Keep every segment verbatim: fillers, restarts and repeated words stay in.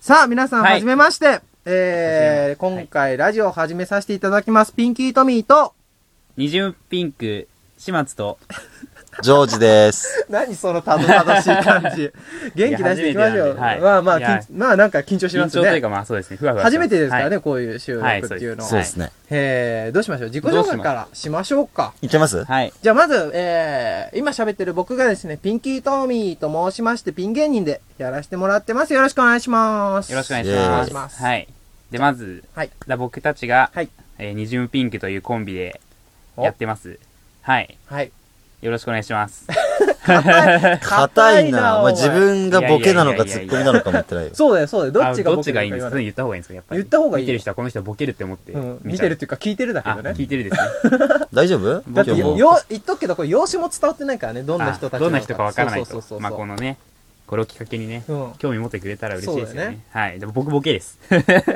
さあ、皆さん、 はいはじめまして。えー、今回、ラジオを始めさせていただきます。ピンキートミーと、 二重ピンク、始末と、 ジョージです。 何そのたどたどしい感じ。元気出していきましょう。 はい、 まあまあ、 きんまあなんか緊張しますね。 緊張というかまあそうですね。ふわふわ初めてですからね、 はい、 こういう収録っていうのは。 そうですね。 えー、どうしましょう。自己紹介からしましょうか。 いけますはい。 じゃあまず、えー、今喋ってる僕がですね、ピンキートミーと申しまして、ピン芸人でやらせてもらってます。よろしくお願いします。 よろしくお願いしお願ます。 いします。 はい。で、まず、 はい。 だ僕たちが、 はい。 えー、二重ピンクというコンビでやってます。はい。 はい。 よろしくお願いします。 硬いな。まあ、自分がボケなのかいやいやいやいやツッコミなのかも言ってないよ。 そうだよ、そうだよ。どっちがどっボケちがいいんですか？ か言った方がいいんですか？やっぱり。 言った方がいい。 見てる人はこの人ボケるって思って。 うん。見てるっていうか聞いてるだけどね。 あ、聞いてるですね。 大丈夫だって今日もよ、言っとくけど、これ、容姿も伝わってないからね、どんな人たちどんな人かわからないと。 そうそうそうそう。 まあ、このね、これをきっかけにね、 うん、 興味持ってくれたら嬉しいですよね。 そうだよね。 はい。でも僕ボケです。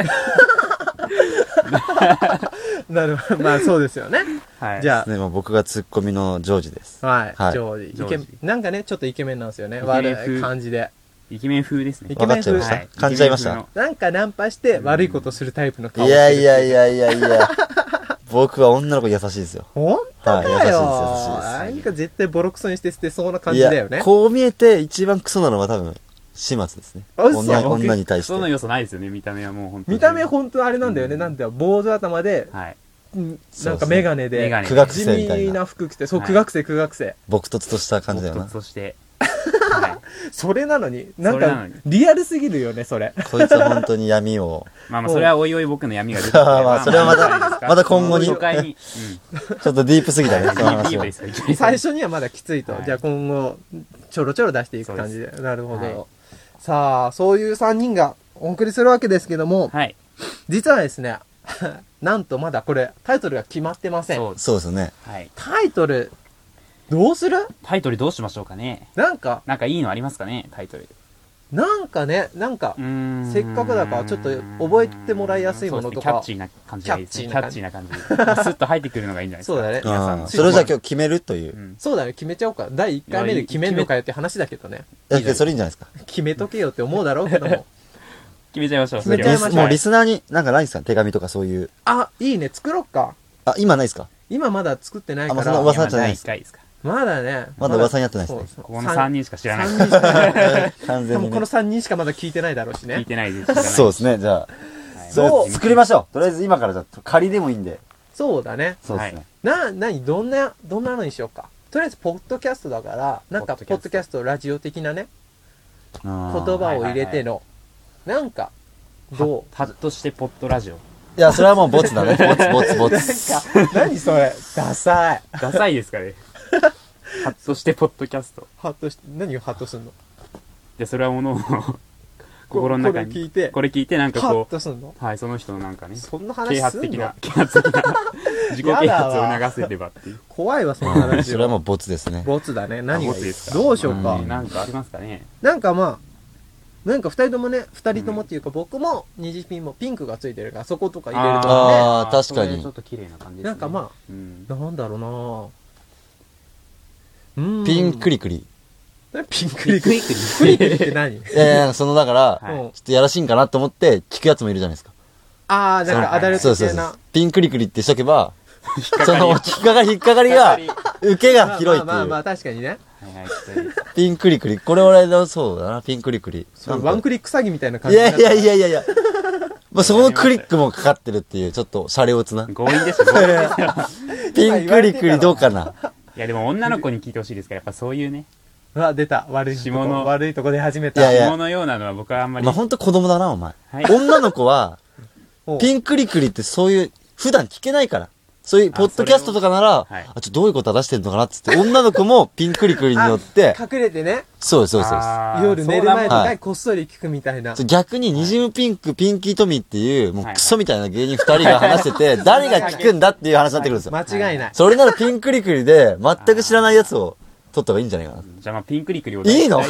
なるほど。まあ、そうですよね。 はい。 じゃあ、 ね、まあ、僕がツッコミのジョージです。 はい。 はいジョージ。イケジョージなんかね、ちょっとイケメンなんですよね。 イケメン風悪い感じで。 イケメン風ですね。 イケメン風分かっちゃいました、 はい、 感じちゃいましたイケメン風なんかナンパして悪いことするタイプの顔いやいやいやいやいや。僕は女の子優しいですよ。 ほんとはい、優しいだよ。 です、優しいなんか絶対ボロクソにして捨てそうな感です。 じだよね。 いや、こう見えて一番クソなのは多分、始末ですね。 あ嘘女女に対しそのて。 要素ないですよね、見た目はもう本当に。 見た目ほんとあれなんだよね。 うんなんだよ、坊主頭で、 はい。 うんなんかメガネで、 メガネ苦学地生みたいな。 味な服着て、そう、 はい苦学生、苦学生。 朴突とした感じだよな。 そして、はい。 それなのに、なんかそれなのに、 リアルすぎるよね、それ。 こいつは本当に闇を。 まあまあ、それはおいおい僕の闇が出てくるまあそれはまたまた今後に初回に。 ちょっとディープすぎたね、 うん。 その話はディープで。すか、いきなり最初にはまだきついと。 はいじゃあ今後、ちょろちょろ出していく感じで。なるほど。 はいさあ、そういうさんにんがお送りするわけですけども、 はい。 実はですね、なんとまだこれ、タイトルが決まってません。 そう。 そうですね。 はい。 タイトル、どうするタイトルどうしましょうかね。 なんか、 なんかいいのありますかね、タイトル。 なんかね、なんかう、ーんせっかくだからちょっと覚えてもらいやすいものとかそうですねキャッチーな感じがいいですね。キャッチキャッチーーな感じ。スッと入ってくるのがいいんじゃないですか。 そうだね皆さんの。 うんそれをじゃあ今日決めるというう。 んそうだね、決めちゃおうか。だいいっかいめで決めんのかよって話だけどね。 だってそれいいんじゃないですか。 決めとけよって思うだろうけども。 決めちゃいましょう。 決めちゃいましょうそれはもうリスナーになんかないですか手紙とかそういう。 あ、いいね、作ろっか。 あ、今ないですか今まだ作ってないかあまあそんなら。 噂じゃないですいやまあ第一回ですか。 まだね。 まだ噂になってないですねそうそうここのさんにんしか知らない。 さんにんしかない。 完全にね多分この。さんにんしかまだ聞いてないだろうしね。 聞いてないです。知らないそうですね、じゃあ。 はいそう作りましょう。とりあえず今からじゃあ仮でもいいんで。 そうだね。 そうですね。 な、なに、どんな、どんなのにしようか。とりあえず、ポッドキャストだから、なんか、 ポッドキャストポッドキャスト、ラジオ的なね、 言言葉を入れての、なんか、どうハッとしてポッドラジオ。 いや、それはもうボツだね。ボツ、ボツ、ボツ。 なんか、何それ、ダサい。 ダサいですかね。ハッとしてポッドキャスト。 ハッとし、何をハッとすんので、それはものを心の中に。 これ聞いてこれ聞いてなんかハッことすんのう、はい、その人のなんかね、 そんな啓話すんの発的な、啓発的な、自己啓発を促せればっていう。 怖いわ、その話それはもうボツですね。 ボツだね。何がいいボツですかどうしようか。 うんなんかありますかね。 なんかまあ、なんか二人ともね、二人ともっていうか、僕も虹ピンもピンクがついてるから、そことか入れるとかあー確かにそれちょっと綺麗な感じですね。 なんかまあうん。 ね。なんだろうなぁ。うーん。 ピンクリクリ。 ピンクリクリ。クリクリって何いやいや、そのだから、 はいうんちょっとやらしいんかなと思って聞くやつもいるじゃないですか。 あー、なんかアダルそうそうそうト系な。。 ピンクリクリってしとけば、その、 引っかかり引っかかり、引っかかりが、受けが広いってまあまあまあ、 いう。 確かにね。 はいはい、ちょっとピンクリクリ。これ俺の、そうだな、ピンクリクリ。 そうワンクリック詐欺みたいな感いやいじになったやいやいやいや。まあ、そこのクリックもかかってるっていう、ちょっと、シャレオツな。 強引でしょ、強引ですよ。 ピンクリクリどうかな。 いや、でも女の子に聞いてほしいですから、やっぱそういうね、 うわ、出た。悪いとこ。 下の悪いとこ出始めた。 いやいや紐のようなのは僕はあんまり。 まあ、ほんと子供だな、お前。 はい女の子は、 おうピンクリクリってそういう、普段聞けないから。そういう、ポッドキャストとかなら、あ,、 はいちょ、どういうこと出してんのかなっつって、女の子もピンクリクリによって、 隠れてね、 そうです、そうです、そうです。 あー夜寝る前とかはいにこっそり聞くみたいな。 そう逆に、ニジムピンク、ピンキートミーっていう、もうはいクソみたいな芸人二人が話してて、誰が聞くんだっていう話になってくるんですよ。 間違いない。 それならピンクリクリで、全く知らないやつを撮った方がいいんじゃないかな。 じゃあまあピンクリクリを。 いいのちょっ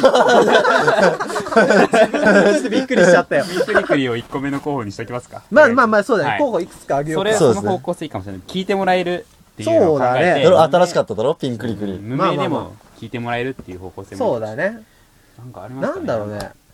とびっくりしちゃったよ。 ピンクリクリをいっこめの候補にしときますか。 まあまあまあ、そうだね。 はい候補いくつかあげようかそれはそうですねその方向性いいかもしれない。聞いてもらえるっていうのを考えそうだねて。 それ新しかっただろピンクリクリ。 無まあまあまあ名でも聞いてもらえるっていう方向性も。 そうだね。 なんかありますかね。 なんだろうね。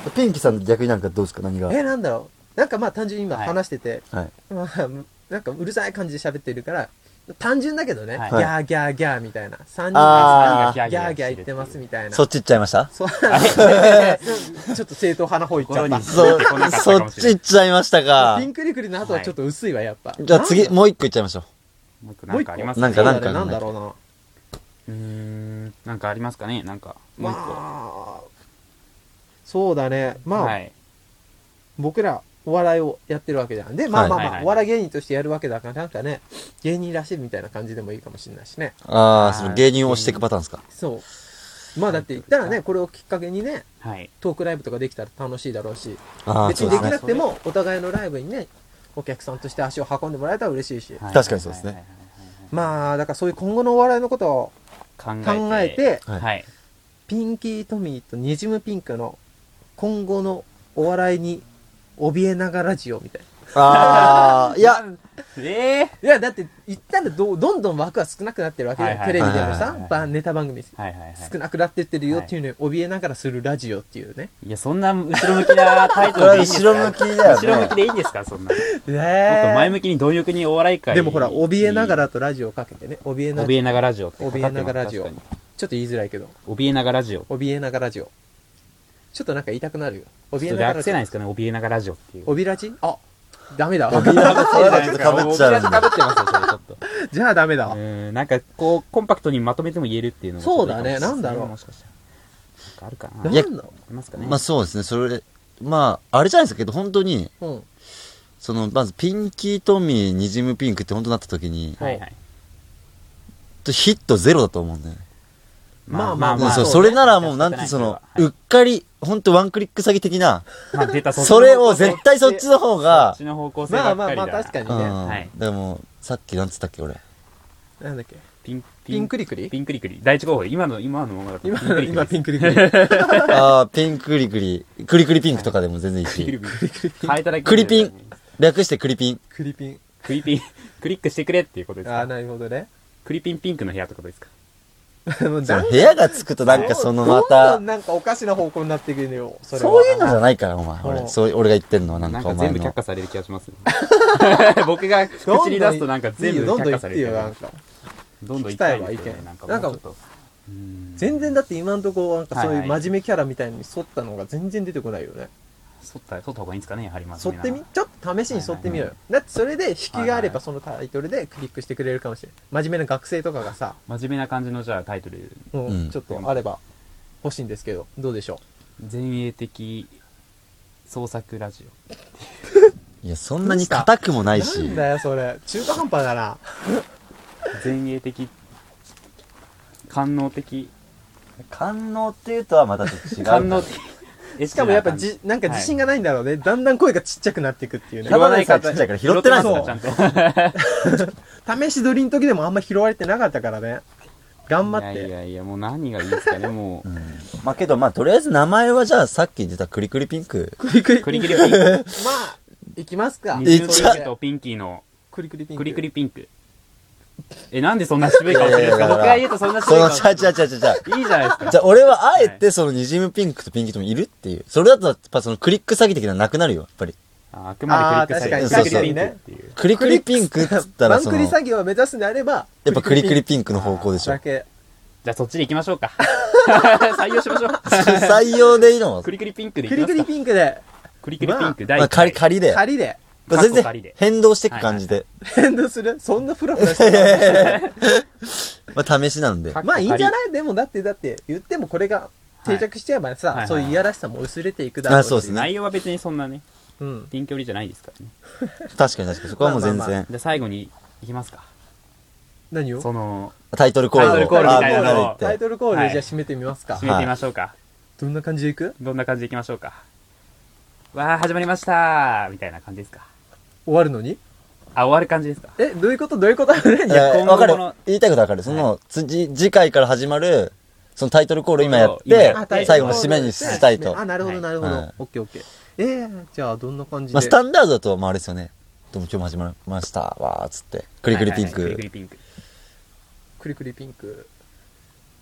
ピンキーさん逆になんかどうですか何が。 え、なんだろう。なんかまあ単純に今はい話してて、 はい。 まあ、なんかうるさい感じで喋ってるから、単純だけどね、 はいギャーギャーギャーみたいな。さんにんあーがギャーギャー言ってますみたいな。 そっち行っちゃいましたそう。ちょっと正統派の方行っちゃった。 そ、そっち行っちゃいましたかピ。ンクリクリの後はちょっと薄いわ、やっぱ。 じゃあ次、もう一個行っちゃいましょもう一個なんかありますなんかなんかなんだろうな。 うーん、なんかありますかねなんか、もう一個。 まあ、そうだね。まあ、 はい。 僕らお笑いをやってるわけじゃん。で、まあまあまあ、 はいはいはいお笑い芸人としてやるわけだから、なんかね、芸人らしいみたいな感じでもいいかもしれないしね。 う。ああ、 ーその芸人を押していくパターンですか。 そう。まあだって言ったらね、これをきっかけにね、 はい。 トークライブとかできたら楽しいだろうし、 ああ、 別そうですね。 にできなくても、お互いのライブにね、お客さんとして足を運んでもらえたら嬉しいし。 はい確かにそうですねはいはいはいまあ、だからそういう今後のお笑いのことをはいはい考えて、 はいはい。 ピンキートミーとニジムピンクの今後のお笑いに怯えながらラジオみたいああ、いや、 ええな。いや、だって言ったらどどんどん枠は少なくなってるわけだよ。 はいはいテレビでもはいはいはいさばネタ番組はいはいはい。 少なくなってってるよっていうのに怯えながらするラジオっていうね。 いや、そんな後ろ向きなタイトルでいいんですか後ろ向きだよね後ろ向きでいいんですかそんな。もっとえ前向きに貪欲にお笑い会。 でもほら、怯えながらとラジオをかけてね。怯えな怯えながらラジオってかかってます。 怯えながらラジオ確かちょっと言いづらいけど。 に怯えながらラジオ。 怯えながらラジオ。ちょっとなんか言いたくなるよ。 ちょっと怯えながらラジオ略せないですかね怯えながらラジオっていう。 おびラジあ、ダメだ。 怯えながらそれはちょっと被っちゃうんでかぶってますよ、それちょっと。 じゃあダメだう。ーん、なんかこう、コンパクトにまとめても言えるっていうのがそうだねちょっといいかもしれなんだろうもしかしたら。なんかあるかななんあいやだろりますかねまあそうですね、それ、まあ、あれじゃないですけど、本当に、 う。うん。 その、まず、ピンキートミー、ニジムピンクって本当なった時に、 はいはい。 ヒットゼロだと思うんだよね。 まあまあうんそう、 そうねそれならもう、なんてその、 はいうっかり、本当ワンクリック詐欺的な、 まあ出た、 それを絶対そっちの方そがっち、の方向性ばっかりだ。 まあまあまあ確かにねうん。 はいでも、さっきなんつったっけ、俺。 なんだっけ。 ピン、 ピンクリクリピンクリクリ。第一候補、今の、今のままだと今ピンクリクリ今ピンクリクリ。 ああ、ピンクリクリ、クリクリピンクとかでも全然いいし、 クリクリ。変えただけクリピン。略してクリピン。 クリピン。 クリピン。クリックしてくれっていうことですああ、 かなるほどね。 クリピンピンクの部屋ってことですかもうその部屋がつくとなんかそのまどんどたん、なんかおかしな方向になっていくのよ。それはそういうのじゃないから、お前。 うん俺、そう、俺が言ってんのはなんなんかかお前の。 全部却下される気がしますね。僕が口に出すとなんか全部いいよどんどん言却下ってよ、 される気がなんか。 どんどん言いたいですよね。 聞きたいわ意見なんかなんかもうちょっと。うん全然だって今んとこなんかそういうはいはい真面目キャラみたいに沿ったのが全然出てこないよね。 剃った、剃った方がいいんですかねやはりまず沿ってみちょっと試しに沿ってみようよ。だってそれで引きがあればそのタイトルでクリックしてくれるかもしれない。真面目な学生とかがさ、 真面目な感じのじゃあタイトル。 うんうんちょっとあれば欲しいんですけど、どうでしょ前衛的創作ラジいや、そんなに硬くもなう。 いしなん。だよそれ。中途半端だな。 オ。前衛的、官能的、 官能っていうとはまたちょっと違う。 官能的。 しかもやっぱじ、なんか自信がないんだろうね。だんだん声がちっちゃくなっていくっていうね拾。わないからちっちゃいから拾ってないん拾ですってよますかちゃんと。 試し撮りの時でもあんま拾われてなかったからね。頑張っいやいて。 やいや、もう何がいいですかね、もう。 うんまあけど、まあとりあえず名前はじゃあさっき出たクリクリピンク。 クリクリクリクリピンク。 まあ、いきますか。 いニジムっちゃピンクとピンキーのクリクリピンク。 クリクリピンク。え、なんでそんな渋い顔してるんですかいやいやいや僕が言うとそんなその、 渋い顔ちゃうちゃうちゃうちゃうちゃう。 いいじゃないですか。 じゃあ俺はあえてそのニジムピンクとピンキーともいるっていう。それだとやっぱそのクリック詐欺的なのなくなるよ、やっぱり。 ああくまでクリックされてあー確かにクリクリピンクっていう。 クリクリピンクっつったらその、 ワンクリや詐欺を目指すんであれば、 っぱクリクリピンクの方向でしょだ。け。 じゃあそっちで行きましょうか。採用しましょう。 採用でいいのクリクリピンクでクリクリ行きますか。 ピンクで、 クリクリピンク第まあ一回仮、仮で。 仮で、 これ全カッコ仮で然変動していく感じで。 変動するそんなフラフラしてるまあ試しなんで。 かまあいいんじゃないでもだって、だって、言ってもこれが定着しちゃえばさ、 はいそういういやらしさも薄れていくだろうし。 あそうですね内容は別にそんなね、 うん。 近距離じゃないですからね。 確かに確かに。そこはもう全まあまあ然。 じゃあ最後に行きますか。 何をその、 タイトルコールを。 タイトルコールみたいなのをあみんなで言ってタイトルコールでじゃあ締めてみますか。 締めてみましょうか。 どんな感じでいくどんな感じでいきましょうか。わー、始まりましたーみたいな感じですか。 終わるのにあ、終わる感じですか。 え、どういうことどういうこと何いや、 今後わかるこの。 言いたいことわかる。その、次、次回から始まる、そのタイトルコール今やっ今てやって、 最後の締めにしたいと。 あ、なるほど、なるほどはい。 オッケーオッケー。えー、じゃあどんな感じで。 まあ、スタンダードだと、まあ、あれですよね。どうも今日も始まりました。わーっつって。クリクリピンはいはいはいクリクク。 リピンク。 クリクリピンク。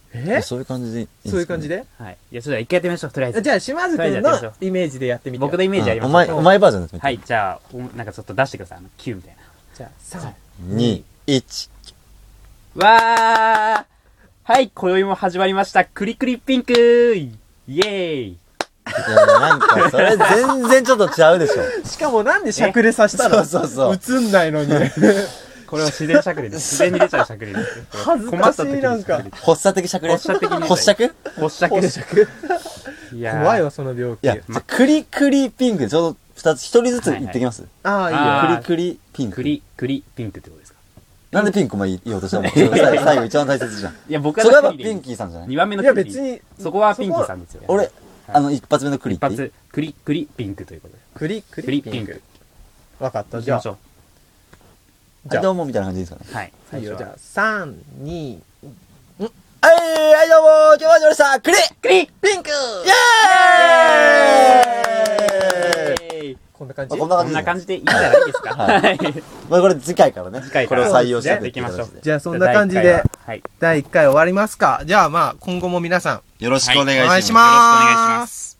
えそういう感じでいいんですかね。 そういう感じではい。いや、それでは一回やってみましょう、とりあえず。 じゃあ、島津くんのイメージでやってみて。 僕のイメージやりましょう。 うんお前、お前バージョンだってみて。 はい、じゃあ、おなんかちょっと出してください。あの、Q みたいな。 じゃあ、さん、 に、いち。 わーはい、今宵も始まりました。クリクリピンクイエーイいや、なんか、それ全然ちょっとちゃうでしょ。 しかもなんでしゃくれさせたのそうそうそう映んないのに。 これは自然しゃくれです。自然に出ちゃうしゃくれです。 恥ずかしいなんか発作的しゃくれ。 発作的に発作発作です。いやー怖いわ、その病気。 いや、じゃあクリクリピンク、ちょうど二つ、一人ずつ言ってきます。 ああ、いいあーよ。 クリクリピンク。 クリ、クリ、ピンクってことですか？ なんでピンクも言おうとしたの最後最後一番大切じゃん。 いや、僕はそれはやっぱクリでピンキーさんじゃない二番目のいや、 クリで別に、 そこはピンキーさんですよ。 俺、あの、一発目のクリ一っていい発、クリ、クリ、ピンクということで。 クリ、ククリ、ピンク。 わかった。じゃあ行きまし、ょじゃあはい、どうもみたいな感じですかね。 う。はい。 いいよ。 最初はじゃあ、さん、に、 はい、はい、どうも今日は始まりましたクリクリピンクイエーイイこんな感じまあこんなこん感じな感じでいいんじゃないですか？ はいはい。 まあこれ次回からね。 次回からこれを採用してそうですねいきましょう。 じゃあ、そんな感じで、 はい。 だいいっかい終わりますか。じゃあ、まあ、今後も皆さん、 よろしくお願いします。 お願いしよろしくお願いしま。 ますす。